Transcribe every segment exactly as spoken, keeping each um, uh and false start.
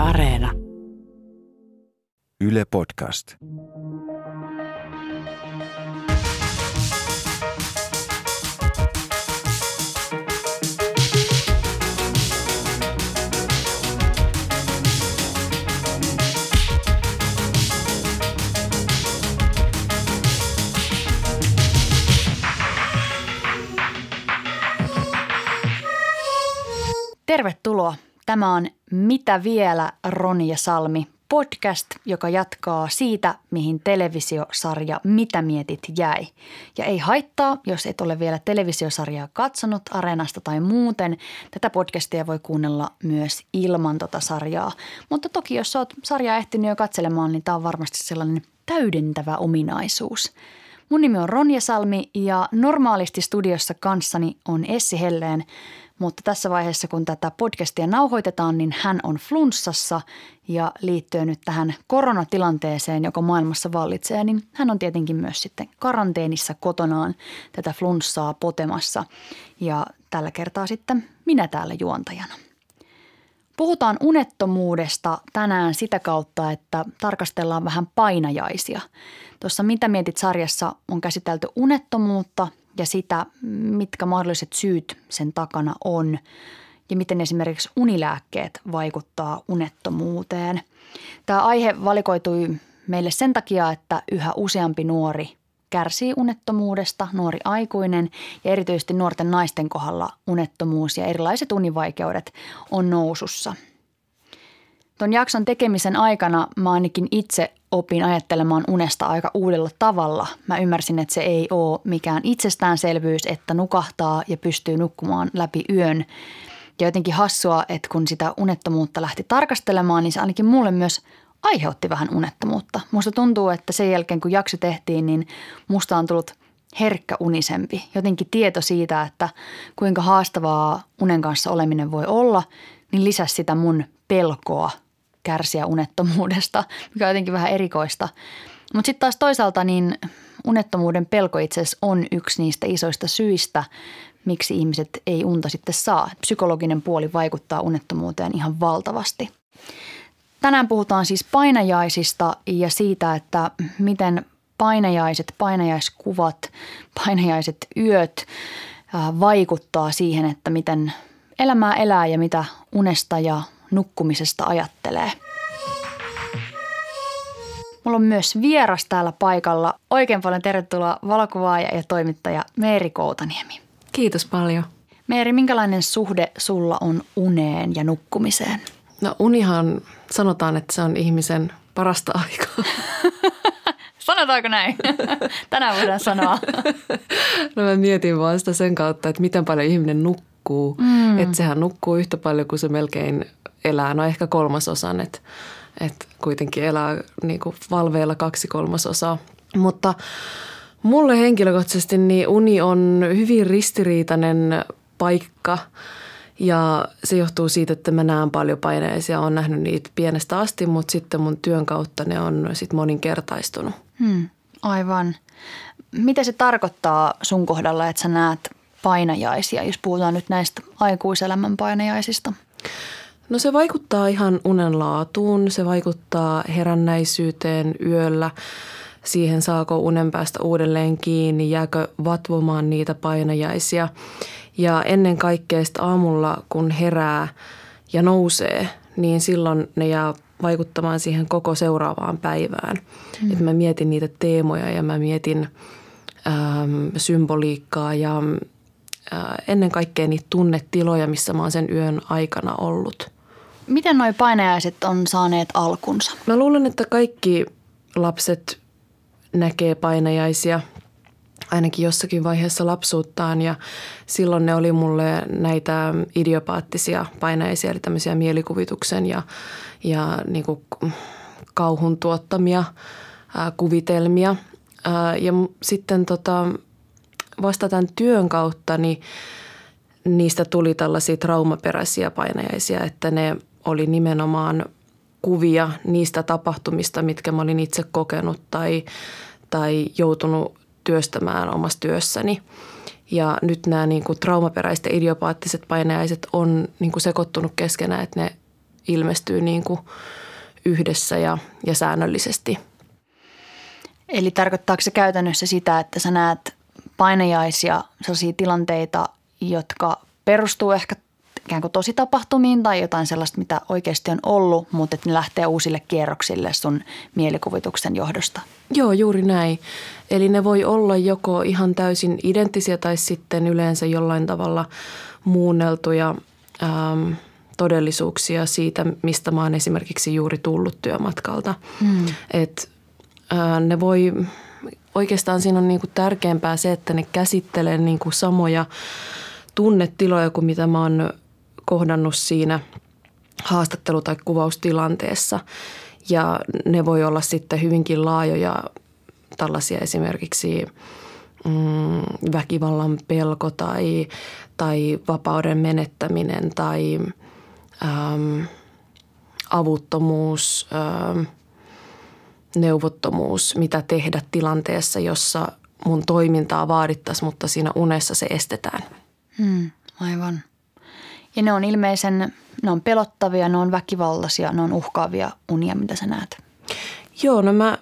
Areena. Yle Podcast. Tervetuloa. Tämä on Mitä vielä, Roni ja Salmi podcast, joka jatkaa siitä, mihin televisiosarja Mitä mietit jäi. Ja ei haittaa, jos et ole vielä televisiosarjaa katsonut Areenasta tai muuten. Tätä podcastia voi kuunnella myös ilman tota sarjaa. Mutta toki, jos olet sarjaa ehtinyt jo katselemaan, niin tämä on varmasti sellainen täydentävä ominaisuus. Mun nimi on Ronja Salmi ja normaalisti studiossa kanssani on Essi Helleen. Mutta tässä vaiheessa, kun tätä podcastia nauhoitetaan, niin hän on flunssassa ja liittyen nyt tähän koronatilanteeseen, joka maailmassa vallitsee, niin hän on tietenkin myös sitten karanteenissa kotonaan tätä flunssaa potemassa ja tällä kertaa sitten minä täällä juontajana. Puhutaan unettomuudesta tänään sitä kautta, että tarkastellaan vähän painajaisia. Tuossa Mitä mietit -sarjassa on käsitelty unettomuutta ja sitä, mitkä mahdolliset syyt sen takana on ja miten esimerkiksi unilääkkeet vaikuttaa unettomuuteen. Tämä aihe valikoitui meille sen takia, että yhä useampi nuori kärsii unettomuudesta, nuori aikuinen ja erityisesti nuorten naisten kohdalla unettomuus ja erilaiset univaikeudet on nousussa. Tuon jakson tekemisen aikana mä ainakin itse opin ajattelemaan unesta aika uudella tavalla. Mä ymmärsin, että se ei ole mikään itsestäänselvyys, että nukahtaa ja pystyy nukkumaan läpi yön. Ja jotenkin hassua, että kun sitä unettomuutta lähti tarkastelemaan, niin se ainakin mulle myös aiheutti vähän unettomuutta. Musta tuntuu, että sen jälkeen kun jakso tehtiin, niin musta on tullut herkkä unisempi. Jotenkin tieto siitä, että kuinka haastavaa unen kanssa oleminen voi olla, niin lisäsi sitä mun pelkoa kärsiä unettomuudesta, mikä on jotenkin vähän erikoista. Mutta sitten taas toisaalta niin unettomuuden pelko itse asiassa on yksi niistä isoista syistä, miksi ihmiset ei unta sitten saa. Psykologinen puoli vaikuttaa unettomuuteen ihan valtavasti. Tänään puhutaan siis painajaisista ja siitä, että miten painajaiset, painajaiskuvat, painajaiset yöt vaikuttaa siihen, että miten elämää elää ja mitä unesta ja nukkumisesta ajattelee. Mulla on myös vieras täällä paikalla. Oikein paljon tervetuloa valokuvaaja ja toimittaja Meeri Koutaniemi. Kiitos paljon. Meeri, minkälainen suhde sulla on uneen ja nukkumiseen? No unihan sanotaan, että se on ihmisen parasta aikaa. Sanotaanko näin? Tänään voidaan sanoa. No mä mietin vaan sitä sen kautta, että miten paljon ihminen nukkuu. Mm. Että sehän nukkuu yhtä paljon kuin se melkein elää. No ehkä kolmasosan, että, että kuitenkin elää niin kuin valveilla kaksi kolmasosaa. Mutta mulle henkilökohtaisesti niin uni on hyvin ristiriitainen paikka. Ja se johtuu siitä, että mä näen paljon paineisia. Olen nähnyt niitä pienestä asti, mutta sitten mun työn kautta ne on sit moninkertaistunut. Hmm, aivan. Mitä se tarkoittaa sun kohdalla, että sä näet painajaisia, jos puhutaan nyt näistä aikuiselämän painajaisista? No se vaikuttaa ihan unen laatuun, se vaikuttaa herännäisyyteen yöllä, siihen saako unen päästä uudelleen kiinni, jääkö vatvomaan niitä painajaisia. Ja ennen kaikkea sitten aamulla, kun herää ja nousee, niin silloin ne jää vaikuttamaan siihen koko seuraavaan päivään. Mm. Että mä mietin niitä teemoja ja mä mietin äm, symboliikkaa ja äh, ennen kaikkea niitä tunnetiloja, missä mä oon sen yön aikana ollut. Miten nuo painajaiset on saaneet alkunsa? Mä luulen, että kaikki lapset näkee painajaisia ainakin jossakin vaiheessa lapsuuttaan ja silloin ne oli mulle näitä idiopaattisia painajaisia, eli tämmöisiä mielikuvituksen ja, ja niin kuin kauhun tuottamia ää, kuvitelmia. Ää, ja sitten tota, vasta tämän työn kautta niin niistä tuli tällaisia traumaperäisiä painajaisia, että ne oli nimenomaan kuvia niistä tapahtumista, mitkä mä olin itse kokenut tai, tai joutunut työstämään omassa työssäni. Ja nyt nämä niin kuin traumaperäiset ja idiopaattiset painajaiset on niin kuin sekoittunut keskenään, että ne ilmestyy niin kuin yhdessä ja, ja säännöllisesti. Eli tarkoittaako se käytännössä sitä, että sä näet painajaisia, sellaisia tilanteita, jotka perustuu ehkä ikään kuin tositapahtumiin tai jotain sellaista, mitä oikeasti on ollut, mutta että ne lähtee uusille kierroksille sun mielikuvituksen johdosta? Joo, juuri näin. Eli ne voi olla joko ihan täysin identtisiä tai sitten yleensä jollain tavalla muunneltuja ähm, todellisuuksia siitä, mistä mä oon esimerkiksi juuri tullut työmatkalta. Hmm. Et, äh, ne voi, oikeastaan siinä on niinku tärkeämpää se, että ne käsittelee niinku samoja tunnetiloja kuin mitä mä oon kohdannut siinä haastattelu- tai kuvaustilanteessa. Ja ne voi olla sitten hyvinkin laajoja tällaisia esimerkiksi mm, väkivallan pelko tai, tai vapauden menettäminen tai äm, avuttomuus, äm, neuvottomuus, mitä tehdä tilanteessa, jossa mun toimintaa vaadittaisiin, mutta siinä unessa se estetään. Hmm, aivan. Ja ne on ilmeisen, ne on pelottavia, ne on väkivallaisia, ne on uhkaavia unia, mitä sä näet. Joo, no mä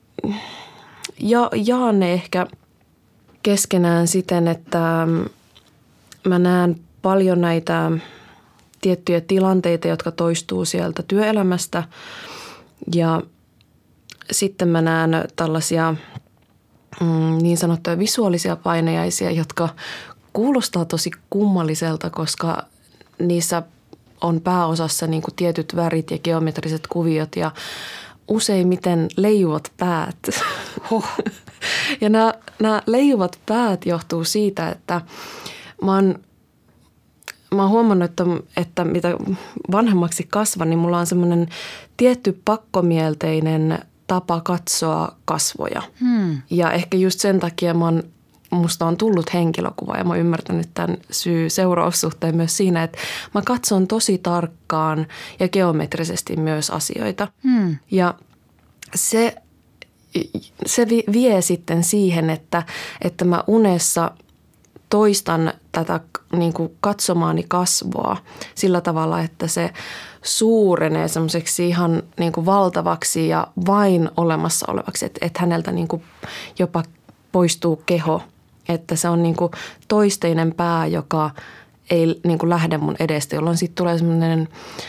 ja, jaan ne ehkä keskenään siten, että mä näen paljon näitä tiettyjä tilanteita, jotka toistuu sieltä työelämästä ja sitten mä näen tällaisia mm, niin sanottuja visuaalisia painajaisia, jotka kuulostaa tosi kummalliselta, koska niissä on pääosassa niin kuin tietyt värit ja geometriset kuviot ja useimmiten leijuvat päät. Huh. Ja nämä, nämä leijuvat päät johtuu siitä, että mä oon, mä oon huomannut, että, että mitä vanhemmaksi kasvan, niin mulla on semmoinen tietty pakkomielteinen tapa katsoa kasvoja. Hmm. Ja ehkä just sen takia mä oon musta on tullut henkilökuva ja mä oon ymmärtänyt tämän syy-seuraussuhteen myös siinä, että mä katson tosi tarkkaan ja geometrisesti myös asioita. Hmm. Ja se, se vie sitten siihen, että, että mä unessa toistan tätä niin kuin katsomaani kasvoa sillä tavalla, että se suurenee semmoiseksi ihan niin kuin valtavaksi ja vain olemassa olevaksi, että, että häneltä niin kuin jopa poistuu keho. Että se on niin kuin toisteinen pää, joka ei niin kuin lähde mun edestä, jolloin sitten tulee semmoinen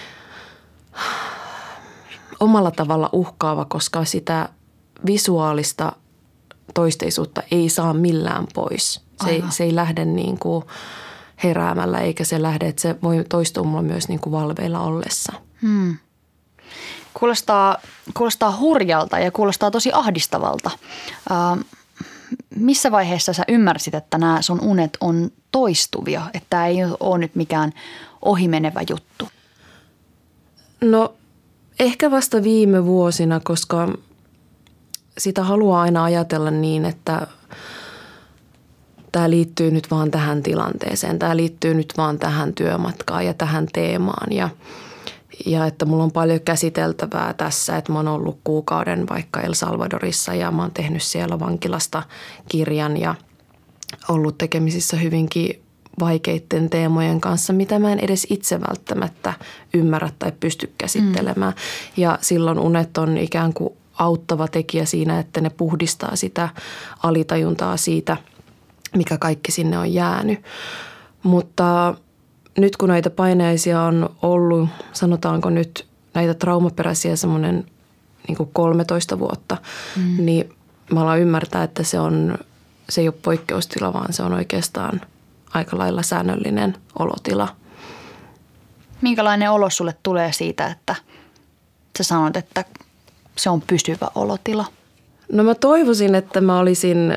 omalla tavalla uhkaava, koska sitä visuaalista toisteisuutta ei saa millään pois. Se ei, se ei lähde niin kuin heräämällä eikä se lähde, että se voi toistua mulla myös niin kuin valveilla ollessa. Hmm. Kuulostaa, kuulostaa hurjalta ja kuulostaa tosi ahdistavalta. Uh, Missä vaiheessa sä ymmärsit, että nämä sun unet on toistuvia, että tämä ei ole nyt mikään ohimenevä juttu? No ehkä vasta viime vuosina, koska sitä haluaa aina ajatella niin, että tämä liittyy nyt vaan tähän tilanteeseen, tämä liittyy nyt vaan tähän työmatkaan ja tähän teemaan ja Ja että mulla on paljon käsiteltävää tässä, että mä oon ollut kuukauden vaikka El Salvadorissa ja mä oon tehnyt siellä vankilasta kirjan ja ollut tekemisissä hyvinkin vaikeiden teemojen kanssa, mitä mä en edes itse välttämättä ymmärrä tai pysty käsittelemään. Mm. Ja silloin unet on ikään kuin auttava tekijä siinä, että ne puhdistaa sitä alitajuntaa siitä, mikä kaikki sinne on jäänyt. Mutta nyt kun näitä paineisia on ollut, sanotaanko nyt näitä traumaperäisiä semmoinen niin kuin kolmetoista vuotta, mm. niin mä alan ymmärtää, että se, on, se ei ole poikkeustila, vaan se on oikeastaan aika lailla säännöllinen olotila. Minkälainen olo sulle tulee siitä, että sä sanot, että se on pysyvä olotila? No mä toivoisin, että mä olisin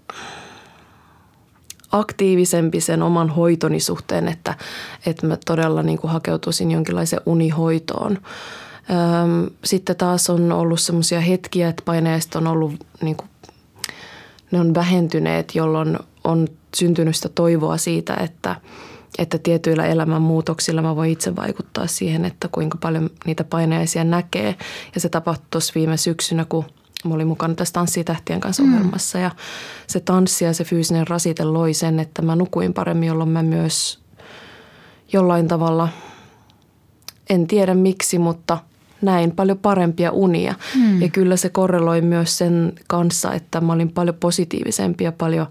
aktiivisempi sen oman hoitoni suhteen, että, että mä todella niin kuin hakeutuisin jonkinlaiseen unihoitoon. Sitten taas on ollut semmoisia hetkiä, että painajaiset on ollut, niin kuin, ne on vähentyneet, jolloin on syntynyt sitä toivoa siitä, että, että tietyillä elämänmuutoksilla mä voin itse vaikuttaa siihen, että kuinka paljon niitä painajaisia näkee. Ja se tapahtui tuossa viime syksynä, kun mä olin mukana tässä Tanssitähtien kanssa ohjelmassa ja se tanssi ja se fyysinen rasite loi sen, että mä nukuin paremmin, jolloin mä myös jollain tavalla en tiedä miksi, mutta näin paljon parempia unia. Hmm. Ja kyllä se korreloi myös sen kanssa, että mä olin paljon positiivisempi ja paljon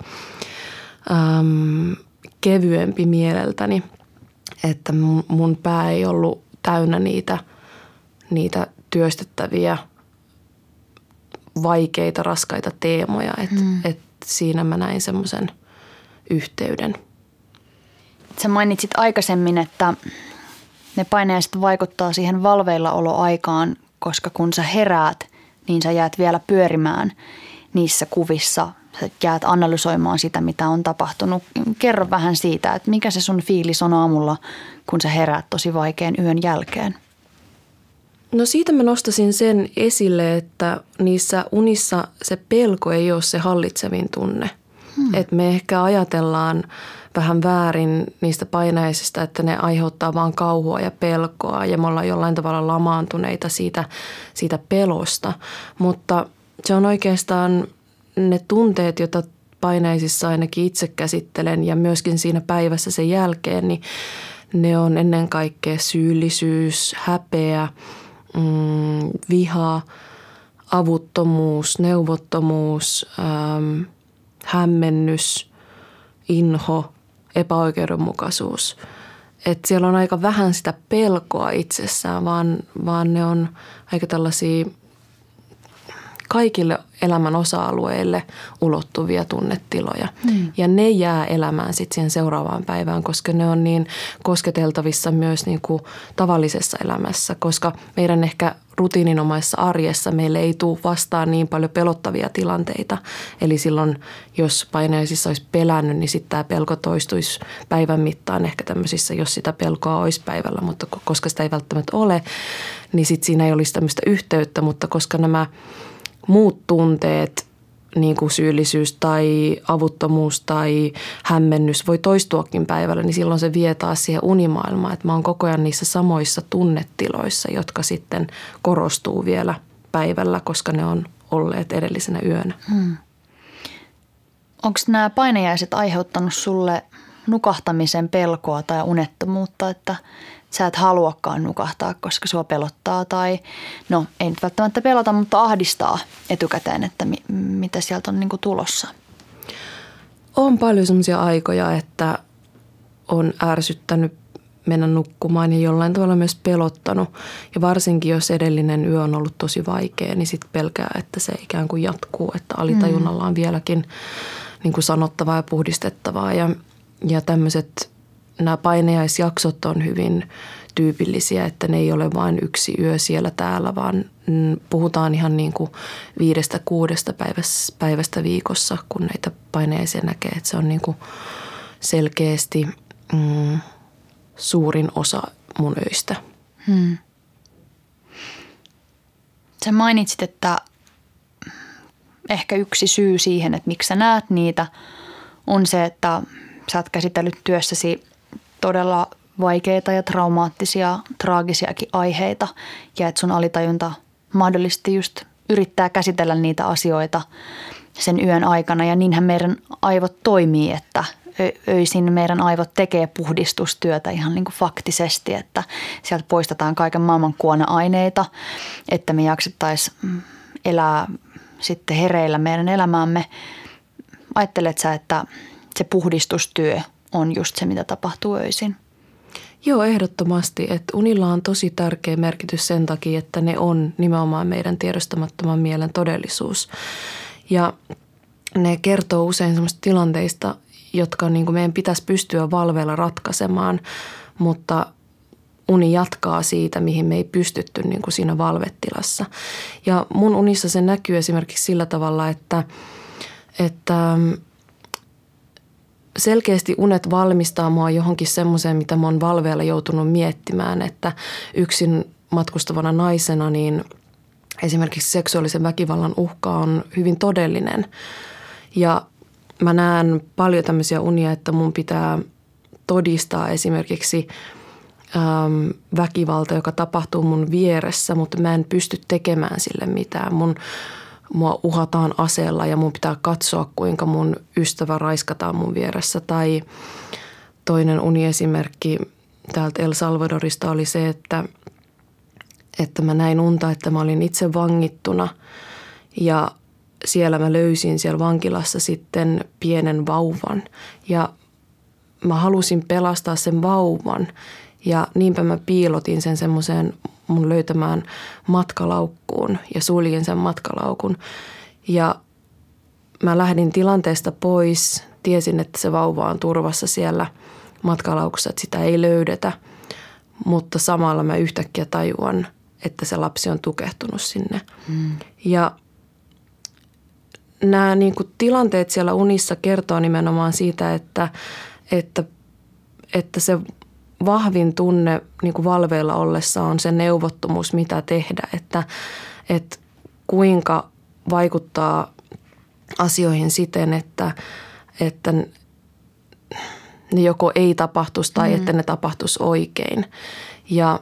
äm, kevyempi mieleltäni. Että mun, mun pää ei ollut täynnä niitä, niitä työstettäviä, vaikeita, raskaita teemoja. Että hmm. et siinä mä näin semmoisen yhteyden. Sä mainitsit aikaisemmin, että ne painajaiset vaikuttaa siihen valveillaoloaikaan, koska kun sä heräät, niin sä jäät vielä pyörimään niissä kuvissa. Sä jäät analysoimaan sitä, mitä on tapahtunut. Kerro vähän siitä, että mikä se sun fiilis on aamulla, kun sä heräät tosi vaikean yön jälkeen. No siitä mä nostasin sen esille, että niissä unissa se pelko ei ole se hallitsevin tunne. Hmm. Että me ehkä ajatellaan vähän väärin niistä painajaisista, että ne aiheuttaa vaan kauhua ja pelkoa ja me ollaan jollain tavalla lamaantuneita siitä, siitä pelosta. Mutta se on oikeastaan ne tunteet, joita painajaisissa ainakin itse käsittelen ja myöskin siinä päivässä sen jälkeen, niin ne on ennen kaikkea syyllisyys, häpeä, mm, viha, avuttomuus, neuvottomuus, ähm, hämmennys, inho, epäoikeudenmukaisuus. Että siellä on aika vähän sitä pelkoa itsessään, vaan, vaan ne on aika tällaisia kaikille elämän osa-alueille ulottuvia tunnetiloja. Hmm. Ja ne jää elämään sitten siihen seuraavaan päivään, koska ne on niin kosketeltavissa myös niin kuin tavallisessa elämässä, koska meidän ehkä rutiininomaisessa arjessa meille ei tule vastaan niin paljon pelottavia tilanteita. Eli silloin, jos painajaisissa olisi pelännyt, niin sitten tämä pelko toistuisi päivän mittaan ehkä tämmöisissä, jos sitä pelkoa olisi päivällä, mutta koska sitä ei välttämättä ole, niin sitten siinä ei olisi tämmöistä yhteyttä, mutta koska nämä muut tunteet, niin kuin syyllisyys tai avuttomuus tai hämmennys voi toistuakin päivällä, niin silloin se vie taas siihen unimaailmaan. Että mä oon koko ajan niissä samoissa tunnetiloissa, jotka sitten korostuu vielä päivällä, koska ne on olleet edellisenä yönä. Hmm. Onko nämä painajaiset aiheuttanut sulle nukahtamisen pelkoa tai unettomuutta, että sä et haluakaan nukahtaa, koska sua pelottaa tai, no ei nyt välttämättä pelota, mutta ahdistaa etukäteen, että mi- mitä sieltä on niinku tulossa? On paljon sellaisia aikoja, että on ärsyttänyt mennä nukkumaan ja jollain tavalla myös pelottanut. Ja varsinkin, jos edellinen yö on ollut tosi vaikea, niin sitten pelkää, että se ikään kuin jatkuu, että alitajunnalla on vieläkin niin kuin sanottavaa ja puhdistettavaa. Ja, ja tämmöiset, nämä painajaisjaksot on hyvin tyypillisiä, että ne ei ole vain yksi yö siellä täällä, vaan puhutaan ihan niin kuin viidestä kuudesta päivästä viikossa, kun näitä painajaisia näkee. Että se on niin kuin selkeästi mm, suurin osa mun öistä. Hmm. Sä mainitsit, että ehkä yksi syy siihen, että miksi sä näet niitä, on se, että sä oot käsitellyt työssäsi todella vaikeita ja traumaattisia, traagisiakin aiheita ja että sun alitajunta mahdollisesti just yrittää käsitellä niitä asioita sen yön aikana ja niinhän meidän aivot toimii, että öisin meidän aivot tekee puhdistustyötä ihan niin kuin faktisesti, että sieltä poistetaan kaiken maailman kuona-aineita, että me jaksettaisiin elää sitten hereillä meidän elämäämme. Ajattelet sä, että se puhdistustyö on just se, mitä tapahtuu öisin? Joo, ehdottomasti. Että unilla on tosi tärkeä merkitys sen takia, että ne on nimenomaan meidän tiedostamattoman mielen todellisuus. Ja ne kertoo usein semmoista tilanteista, jotka niin kuin meidän pitäisi pystyä valveilla ratkaisemaan, mutta uni jatkaa siitä, mihin me ei pystytty niin kuin siinä valvetilassa. Ja mun unissa se näkyy esimerkiksi sillä tavalla, että, että selkeästi unet valmistaa mua johonkin semmoiseen, mitä mä oon valveilla joutunut miettimään, että yksin matkustavana naisena niin esimerkiksi seksuaalisen väkivallan uhka on hyvin todellinen. Ja mä näen paljon tämmöisiä unia, että mun pitää todistaa esimerkiksi äm, väkivalta, joka tapahtuu mun vieressä, mutta mä en pysty tekemään sille mitään. Mun, mua uhataan aseella ja mun pitää katsoa, kuinka mun ystävä raiskataan mun vieressä. Tai toinen uniesimerkki, täältä El Salvadorista oli se, että, että mä näin unta, että mä olin itse vangittuna ja siellä mä löysin siellä vankilassa sitten pienen vauvan ja mä halusin pelastaa sen vauvan ja niinpä mä piilotin sen semmoiseen mun löytämään matkalaukkuun ja suljin sen matkalaukun ja mä lähdin tilanteesta pois, tiesin, että se vauva on turvassa siellä matkalaukussa, että sitä ei löydetä, mutta samalla mä yhtäkkiä tajuan, että se lapsi on tukehtunut sinne. Mm. Ja nämä niin kuin tilanteet siellä unissa kertoo nimenomaan siitä, että, että, että se vahvin tunne niin kuin valveilla ollessa on se neuvottomuus, mitä tehdä, että, että kuinka vaikuttaa asioihin siten, että, että ne joko ei tapahtuisi tai mm. että ne tapahtuisi oikein. Ja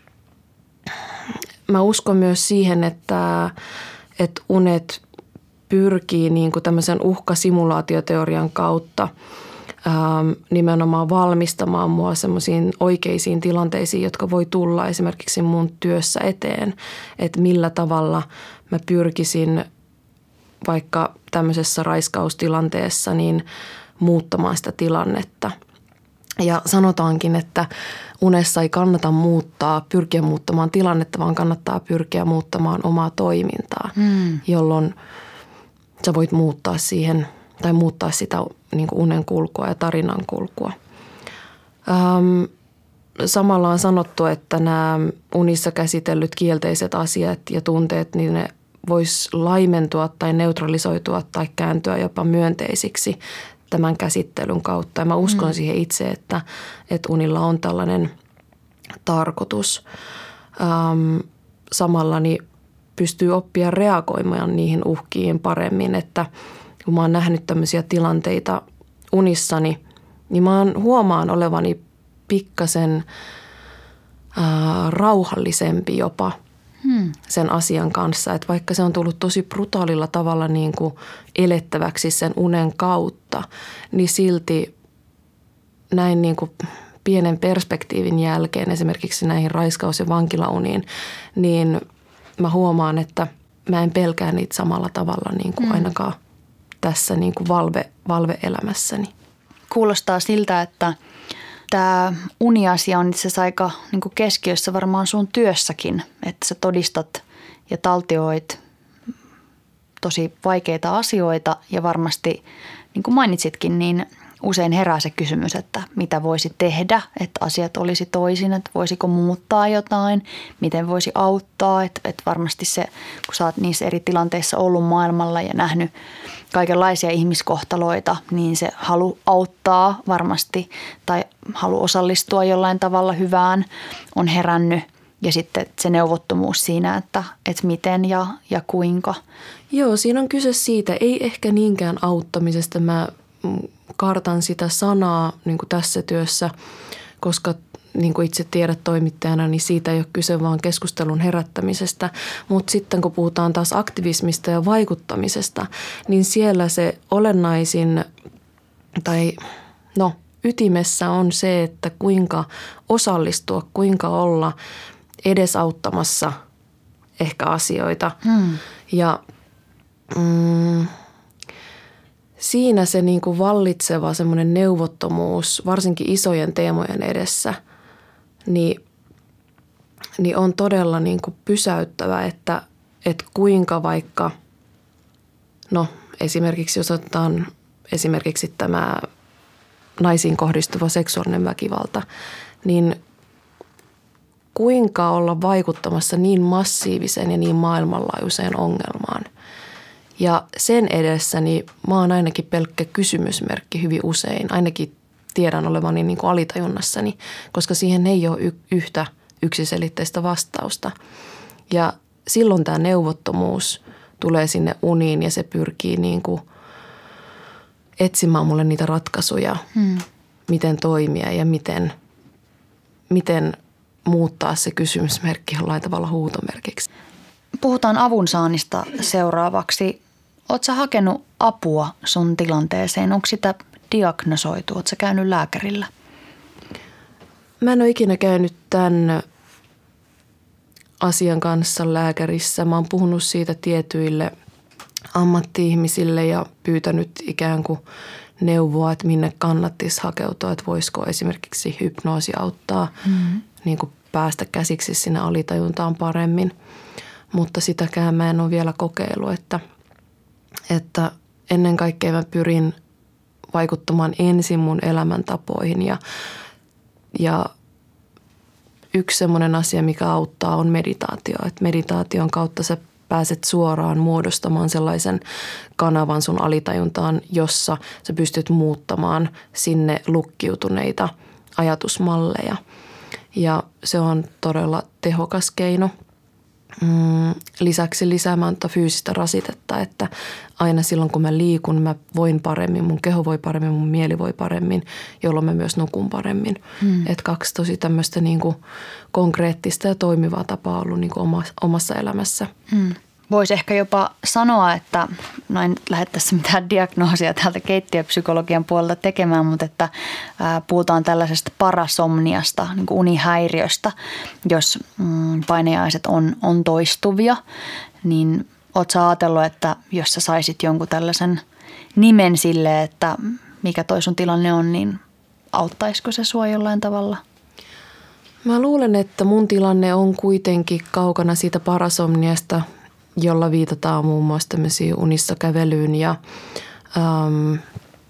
mä uskon myös siihen, että, että unet pyrkii niin kuin tämmöisen uhkasimulaatioteorian kautta ähm, nimenomaan valmistamaan mua semmoisiin oikeisiin tilanteisiin, jotka voi tulla esimerkiksi mun työssä eteen. Että millä tavalla mä pyrkisin vaikka tämmöisessä raiskaustilanteessa niin muuttamaan sitä tilannetta. Ja sanotaankin, että unessa ei kannata muuttaa, pyrkiä muuttamaan tilannetta, vaan kannattaa pyrkiä muuttamaan omaa toimintaa, hmm. jolloin sä voit muuttaa siihen tai muuttaa sitä niin kuin unen kulkua ja tarinan kulkua. Ähm, samalla on sanottu, että nämä unissa käsitellyt kielteiset asiat ja tunteet, niin ne voisi laimentua tai neutralisoitua tai kääntyä jopa myönteisiksi tämän käsittelyn kautta. Ja mä uskon mm. siihen itse, että, että unilla on tällainen tarkoitus. Ähm, samalla niin pystyy oppia reagoimaan niihin uhkiin paremmin, että kun mä oon nähnyt tämmöisiä tilanteita unissani, niin mä oon huomaan olevani pikkasen äh, rauhallisempi jopa hmm. sen asian kanssa. Että vaikka se on tullut tosi brutaalilla tavalla niin kuin elettäväksi sen unen kautta, niin silti näin niin kuin pienen perspektiivin jälkeen esimerkiksi näihin raiskaus- ja vankilauniin, niin mä huomaan, että mä en pelkää niitä samalla tavalla niin kuin hmm. ainakaan tässä niin kuin valve, valve-elämässäni. Kuulostaa siltä, että tämä uniasia on itse asiassa aika niin kuin keskiössä varmaan sun työssäkin, että sä todistat ja taltioit tosi vaikeita asioita ja varmasti, niin kuin mainitsitkin, niin usein herää se kysymys, että mitä voisi tehdä, että asiat olisi toisin, että voisiko muuttaa jotain, miten voisi auttaa. Että, että varmasti se, kun sä oot niissä eri tilanteissa ollut maailmalla ja nähnyt kaikenlaisia ihmiskohtaloita, niin se halu auttaa varmasti tai halu osallistua jollain tavalla hyvään on herännyt. Ja sitten se neuvottomuus siinä, että, että miten ja, ja kuinka. Joo, siinä on kyse siitä, ei ehkä niinkään auttamisesta. Mä kartan sitä sanaa niin kuin tässä työssä, koska niin kuin itse tiedät toimittajana, niin siitä ei ole kyse vaan keskustelun herättämisestä. Mutta sitten kun puhutaan taas aktivismista ja vaikuttamisesta, niin siellä se olennaisin tai no ytimessä on se, että kuinka osallistua, kuinka olla edesauttamassa ehkä asioita. Hmm. Ja mm, siinä se niin kuin vallitseva semmoinen neuvottomuus, varsinkin isojen teemojen edessä, niin, niin on todella niin kuin pysäyttävä, että, että kuinka vaikka, no esimerkiksi jos otetaan esimerkiksi tämä naisiin kohdistuva seksuaalinen väkivalta, niin kuinka olla vaikuttamassa niin massiiviseen ja niin maailmanlaajuiseen ongelmaan. Ja sen edessä niin mä oon ainakin pelkkä kysymysmerkki hyvin usein, ainakin tiedän olevani niin kuin alitajunnassani, koska siihen ei ole y- yhtä yksiselitteistä vastausta. Ja silloin tämä neuvottomuus tulee sinne uniin ja se pyrkii niin kuin etsimään mulle niitä ratkaisuja, hmm. miten toimia ja miten, miten muuttaa se kysymysmerkki jollain tavalla huutomerkiksi. Puhutaan avunsaannista seuraavaksi. Oletko sä hakenut apua sun tilanteeseen? Onko sitä diagnosoitu? Oletko sä käynyt lääkärillä? Mä en ole ikinä käynyt tämän asian kanssa lääkärissä. Mä oon puhunut siitä tietyille ammatti-ihmisille ja pyytänyt ikään kuin neuvoa, että minne kannattisi hakeutua, että voisiko esimerkiksi hypnoosi auttaa mm-hmm. niin kuin päästä käsiksi sinne alitajuntaan paremmin. Mutta sitäkään mä en ole vielä kokeillut, että, että ennen kaikkea mä pyrin vaikuttamaan ensin mun elämäntapoihin ja, ja yksi semmoinen asia, mikä auttaa, on meditaatio. Että meditaation kautta sä pääset suoraan muodostamaan sellaisen kanavan sun alitajuntaan, jossa sä pystyt muuttamaan sinne lukkiutuneita ajatusmalleja. Ja se on todella tehokas keino. Lisäksi lisäämään fyysistä rasitetta, että aina silloin kun mä liikun, mä voin paremmin, mun keho voi paremmin, mun mieli voi paremmin, jolloin mä myös nukun paremmin. Hmm. Että kaksi tosi tämmöistä niin kuin konkreettista ja toimivaa tapaa ollut niin kuin omassa elämässä. Hmm. Voisi ehkä jopa sanoa, että no en lähde tässä mitään diagnoosia täältä keittiöpsykologian puolelta tekemään, mutta että puhutaan tällaisesta parasomniasta, niin kuin unihäiriöstä. Jos mm, painajaiset on, on toistuvia, niin ootko sä ajatellut, että jos sä saisit jonkun tällaisen nimen sille, että mikä toi sun tilanne on, niin auttaisiko se sua jollain tavalla? Mä luulen, että mun tilanne on kuitenkin kaukana siitä parasomniasta, jolla viitataan muun muassa tämmöisiin unissa kävelyyn ja äm,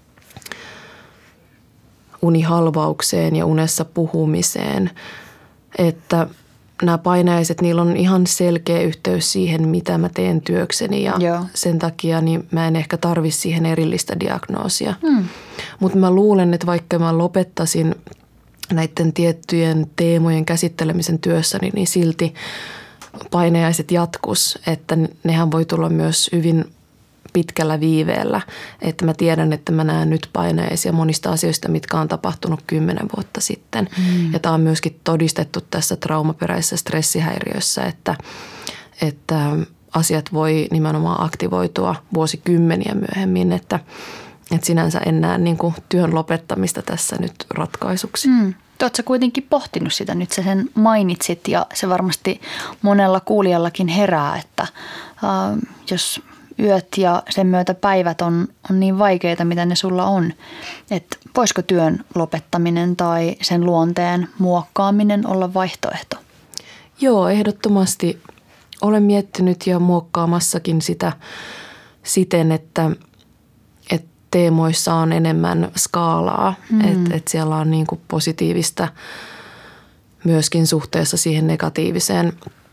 unihalvaukseen ja unessa puhumiseen. Että nämä painajaiset, niillä on ihan selkeä yhteys siihen, mitä mä teen työkseni ja Joo. sen takia niin mä en ehkä tarvitse siihen erillistä diagnoosia. Hmm. Mutta mä luulen, että vaikka mä lopettaisin näiden tiettyjen teemojen käsittelemisen työssäni, niin silti painajaiset jatkus, että nehän voi tulla myös hyvin pitkällä viiveellä. Että mä tiedän, että mä näen nyt painajaisia monista asioista, mitkä on tapahtunut kymmenen vuotta sitten. Mm. Ja tämä on myöskin todistettu tässä traumaperäisessä stressihäiriössä, että, että asiat voi nimenomaan aktivoitua vuosikymmeniä myöhemmin, että, että sinänsä en näe niin kuin työn lopettamista tässä nyt ratkaisuksi. Mm. Oletko kuitenkin pohtinut sitä, nyt sä sen mainitsit ja se varmasti monella kuulijallakin herää, että äh, jos yöt ja sen myötä päivät on, on niin vaikeita, mitä ne sulla on, että voisiko työn lopettaminen tai sen luonteen muokkaaminen olla vaihtoehto? Joo, ehdottomasti olen miettinyt ja muokkaamassakin sitä siten, että teemoissa on enemmän skaalaa, mm. että et siellä on niinku positiivista myöskin suhteessa siihen negatiiviseen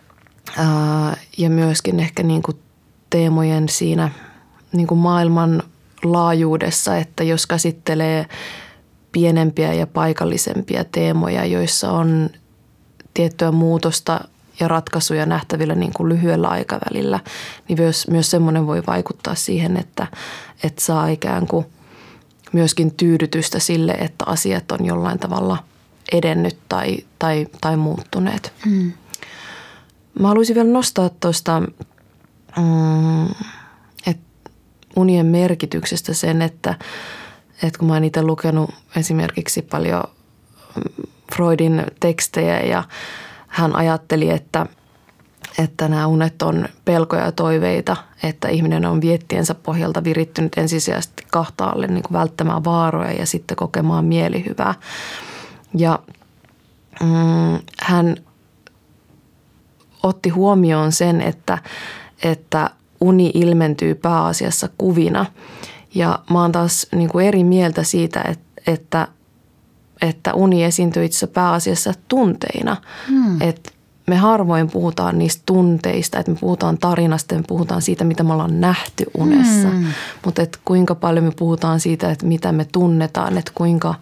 ää, ja myöskin ehkä niinku teemojen siinä niinku maailman laajuudessa, että jos käsittelee pienempiä ja paikallisempia teemoja, joissa on tiettyä muutosta ja ratkaisuja nähtävillä niin kuin lyhyellä aikavälillä, niin myös, myös semmoinen voi vaikuttaa siihen, että, että saa ikään kuin myöskin tyydytystä sille, että asiat on jollain tavalla edennyt tai, tai, tai muuttuneet. Mm. Mä haluaisin vielä nostaa tuosta mm, unien merkityksestä sen, että, että kun mä oon itse lukenut esimerkiksi paljon Freudin tekstejä ja hän ajatteli, että, että nämä unet on pelkoja ja toiveita, että ihminen on viettiensä pohjalta virittynyt ensisijaisesti kahtaalle niin kuin välttämään vaaroja ja sitten kokemaan mielihyvää. Ja mm, hän otti huomioon sen, että, että uni ilmentyy pääasiassa kuvina. Ja mä oon taas niin kuin eri mieltä siitä, että, että että uni esiintyy itse pääasiassa tunteina. Hmm. Että me harvoin puhutaan niistä tunteista, että me puhutaan tarinasta, me puhutaan siitä, mitä me ollaan nähty unessa. Hmm. Mutta että kuinka paljon me puhutaan siitä, että mitä me tunnetaan, että kuinka,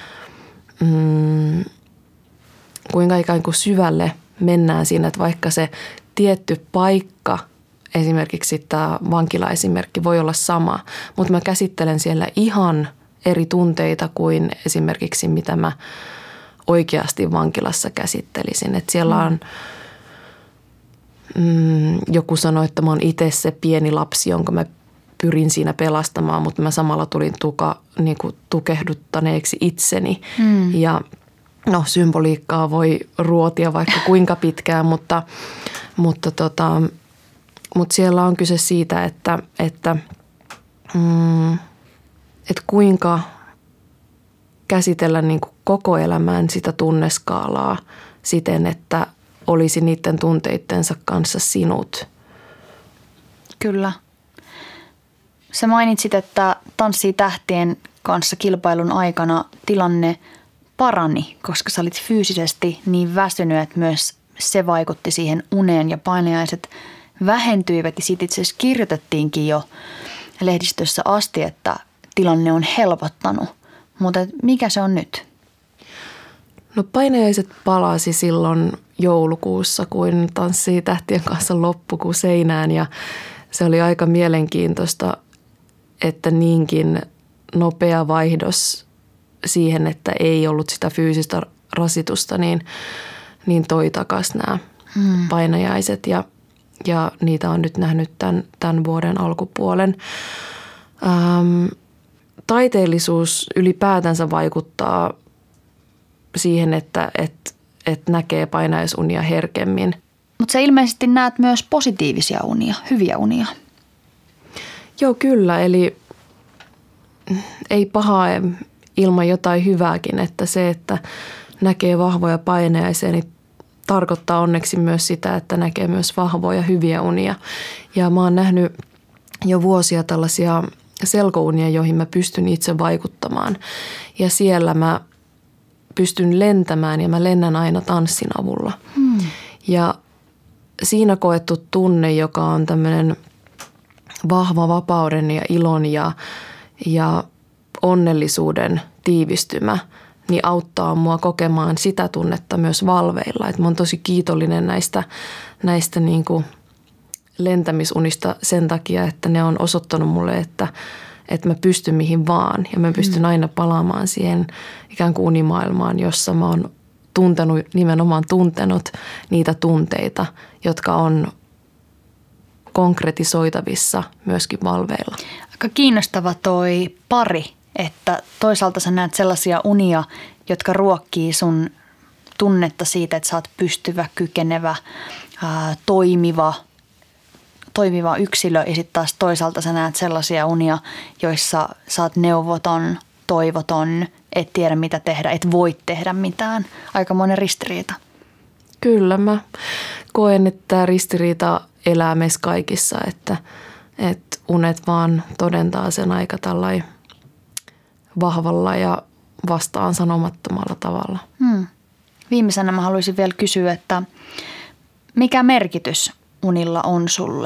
mm, kuinka ikään kuin syvälle mennään siinä, että vaikka se tietty paikka, esimerkiksi tämä vankilaesimerkki voi olla sama, mutta mä käsittelen siellä ihan eri tunteita kuin esimerkiksi mitä mä oikeasti vankilassa käsittelisin. Että siellä on, mm, joku sanoi, että mä oon itse se pieni lapsi, jonka mä pyrin siinä pelastamaan, mutta mä samalla tulin tuka, niin kuin tukehduttaneeksi itseni. Mm. Ja no symboliikkaa voi ruotia vaikka kuinka pitkään, mutta, mutta, tota, mutta siellä on kyse siitä, että, että, mm, että kuinka käsitellä niin kuin koko elämään sitä tunneskaalaa siten, että olisi niiden tunteittensa kanssa sinut. Kyllä. Sä mainitsit, että Tanssii tähtien kanssa kilpailun aikana tilanne parani, koska sä olit fyysisesti niin väsynyt, että myös se vaikutti siihen uneen ja painajaiset vähentyivät. Ja siitä itse asiassa kirjoitettiinkin jo lehdistössä asti, että tilanne on helpottanut. Mutta mikä se on nyt? No painajaiset palasi silloin joulukuussa, kun Tanssii tähtien kanssa loppui seinään ja se oli aika mielenkiintoista, että niinkin nopea vaihdos siihen, että ei ollut sitä fyysistä rasitusta, niin, niin toi takas nämä hmm. painajaiset ja, ja niitä on nyt nähnyt tämän, tämän vuoden alkupuolen. Ähm, taiteellisuus ylipäätänsä vaikuttaa siihen, että et, et näkee painajaisunia herkemmin. Mutta sä ilmeisesti näet myös positiivisia unia, hyviä unia. Joo, kyllä. Eli ei pahaa ilman jotain hyvääkin, että se, että näkee vahvoja painajaisia, niin tarkoittaa onneksi myös sitä, että näkee myös vahvoja hyviä unia. Ja mä oon nähnyt jo vuosia tällaisia selkounia, joihin mä pystyn itse vaikuttamaan. Ja siellä mä pystyn lentämään ja mä lennän aina tanssin avulla. Hmm. Ja siinä koettu tunne, joka on tämmöinen vahva vapauden ja ilon ja, ja onnellisuuden tiivistymä, niin auttaa mua kokemaan sitä tunnetta myös valveilla. Et mä oon tosi kiitollinen näistä, näistä niin kuin lentämisunista sen takia, että ne on osoittanut mulle, että, että mä pystyn mihin vaan. Ja mä pystyn aina palaamaan siihen ikään kuin unimaailmaan, jossa mä oon tuntenut, nimenomaan tuntenut niitä tunteita, jotka on konkretisoitavissa myöskin valveilla. Aika kiinnostava toi pari, että toisaalta sä näet sellaisia unia, jotka ruokkii sun tunnetta siitä, että sä oot pystyvä, kykenevä, ää, toimiva, toimiva yksilö. Ja sitten taas toisaalta sä näet sellaisia unia, joissa sä oot neuvoton, toivoton, et tiedä mitä tehdä, et voi tehdä mitään. Aikamoinen ristiriita. Kyllä, mä koen, että tämä ristiriita elää meissä kaikissa, että, että unet vaan todentaa sen aika tällainen vahvalla ja vastaan sanomattomalla tavalla. Hmm. Viimeisenä mä haluaisin vielä kysyä, että mikä merkitys unilla on sulle?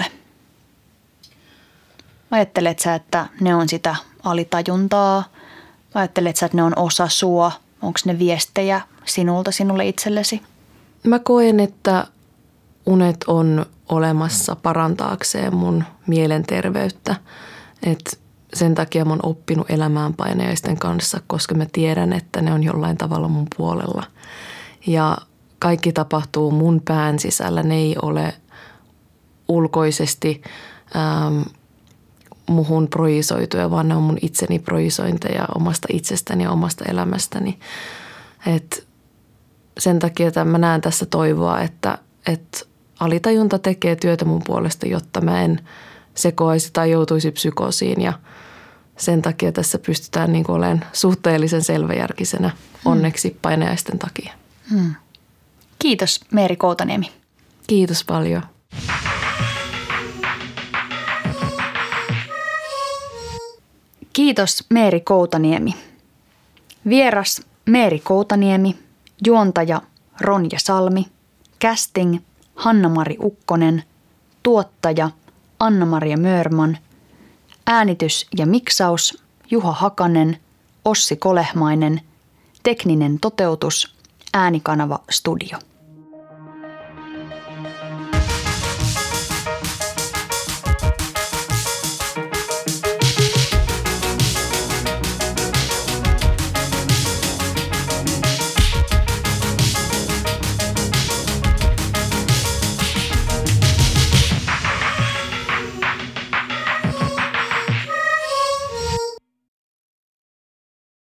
Ajattelet sä, että ne on sitä alitajuntaa? Ajattelet sä, että ne on osa sua? Onko ne viestejä sinulta, sinulle itsellesi? Mä koen, että unet on olemassa parantaakseen mun mielenterveyttä. Et sen takia mä oon oppinut elämään painajaisten kanssa, koska mä tiedän, että ne on jollain tavalla mun puolella. Ja kaikki tapahtuu mun pään sisällä. Ne ei ole ulkoisesti ähm, muhun projisoituja, vaan ne on mun itseni projisointeja omasta itsestäni ja omasta elämästäni. Et sen takia että mä näen tässä toivoa, että, että alitajunta tekee työtä mun puolesta, jotta mä en sekoaisi tai joutuisi psykoosiin. Ja sen takia tässä pystytään niin kuin olemaan suhteellisen selväjärkisenä onneksi painajaisten takia. Hmm. Kiitos Meeri Koutaniemi. Kiitos paljon. Kiitos Meeri Koutaniemi. Vieras Meeri Koutaniemi, juontaja Ronja Salmi, casting Hanna-Mari Ukkonen, tuottaja Anna-Maria Mörman, äänitys ja miksaus Juha Hakanen, Ossi Kolehmainen, tekninen toteutus Äänikanava Studio.